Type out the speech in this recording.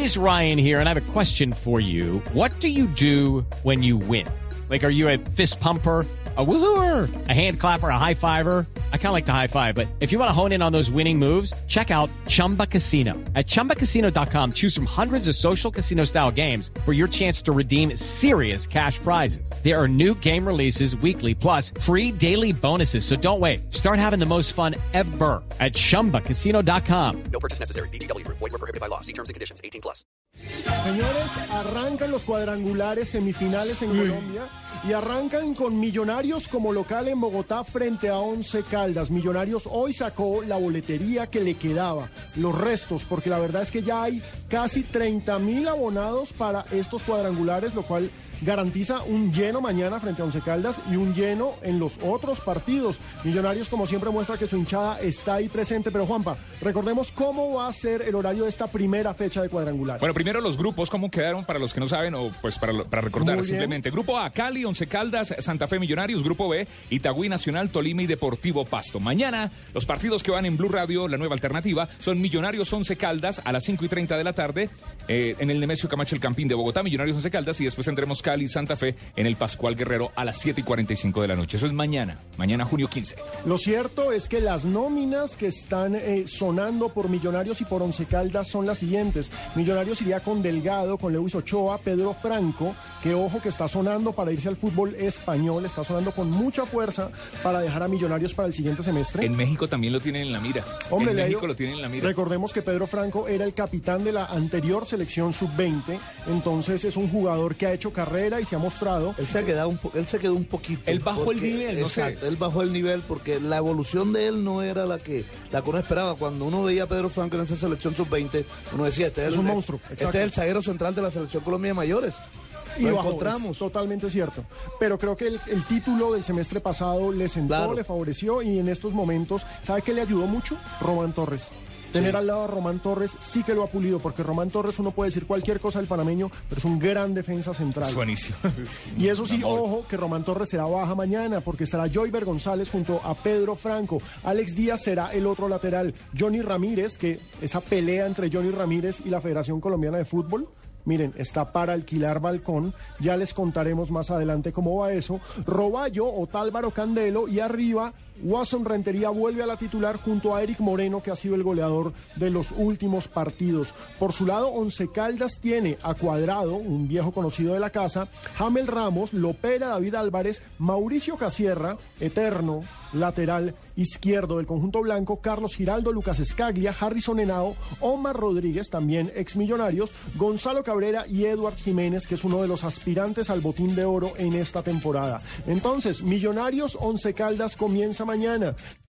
It is Ryan here, and I have a question for you. What do you do when you win? Like, are you a fist pumper, a woohooer, a hand clapper, a high fiver? I kind of like the high five, but if you want to hone in on those winning moves, check out Chumba Casino. At ChumbaCasino.com, choose from hundreds of social casino-style games for your chance to redeem serious cash prizes. There are new game releases weekly, plus free daily bonuses. So don't wait. Start having the most fun ever at ChumbaCasino.com. No purchase necessary. VGW Group. Void where prohibited by law. See terms and conditions. 18+. Señores, arrancan los cuadrangulares semifinales en Colombia y arrancan con Millonarios como local en Bogotá frente a Once Caldas. Millonarios hoy sacó la boletería que le quedaba, los restos, porque la verdad es que ya hay casi 30.000 abonados para estos cuadrangulares, lo cual garantiza un lleno mañana frente a Once Caldas y un lleno en los otros partidos. Millonarios, como siempre, muestra que su hinchada está ahí presente. Pero, Juanpa, recordemos cómo va a ser el horario de esta primera fecha de cuadrangular. Bueno, primero los grupos, ¿cómo quedaron para los que no saben o pues para recordar simplemente? Grupo A, Cali, Once Caldas, Santa Fe, Millonarios. Grupo B, Itagüí, Nacional, Tolima y Deportivo Pasto. Mañana, los partidos que van en Blue Radio, la nueva alternativa, son Millonarios, Once Caldas a las 5:30 de la tarde en el Nemesio Camacho, el Campín de Bogotá. Millonarios, Once Caldas, y después tendremos Cali, Santa Fe en el Pascual Guerrero a las 7:45 de la noche. Eso es mañana, junio 15. Lo cierto es que las nóminas que están sonando por Millonarios y por Once Caldas son las siguientes. Millonarios iría con Delgado, con Lewis Ochoa, Pedro Franco, que ojo que está sonando para irse al fútbol español, está sonando con mucha fuerza para dejar a Millonarios para el siguiente semestre. En México también lo tienen en la mira. Hombre, en México lo tienen en la mira. Recordemos que Pedro Franco era el capitán de la anterior selección sub-20, entonces es un jugador que ha hecho carrera y se ha mostrado. Él se quedó un poquito. Él bajó el nivel, no sé. Él bajó el nivel porque la evolución de él no era la que uno esperaba. Cuando uno veía a Pedro Franco en esa selección sub-20, uno decía, este es un monstruo. Este es el zaguero central de la selección Colombia de mayores. Y lo encontramos. Totalmente cierto. Pero creo que el título del semestre pasado le sentó, claro, le favoreció, y en estos momentos, ¿sabe qué le ayudó mucho? Román Torres. Tener al lado a Román Torres sí que lo ha pulido, porque Román Torres, uno puede decir cualquier cosa del panameño, pero es un gran defensa central. Es buenísimo. Y eso sí, ojo, que Román Torres será baja mañana, porque estará Joyver González junto a Pedro Franco. Alex Díaz será el otro lateral. Johnny Ramírez, que esa pelea entre Johnny Ramírez y la Federación Colombiana de Fútbol, miren, está para alquilar balcón. Ya les contaremos más adelante cómo va eso. Roballo, Otálvaro Candelo, y arriba Watson Rentería vuelve a la titular junto a Eric Moreno, que ha sido el goleador de los últimos partidos. Por su lado, Once Caldas tiene a Cuadrado, un viejo conocido de la casa, Jamel Ramos, Lopera, David Álvarez, Mauricio Casierra, eterno lateral izquierdo del conjunto blanco, Carlos Giraldo, Lucas Escaglia, Harrison Henao, Omar Rodríguez, también ex Millonarios, Gonzalo Cabrera y Edward Jiménez, que es uno de los aspirantes al Botín de Oro en esta temporada. Entonces, Millonarios, Once Caldas comienza mañana.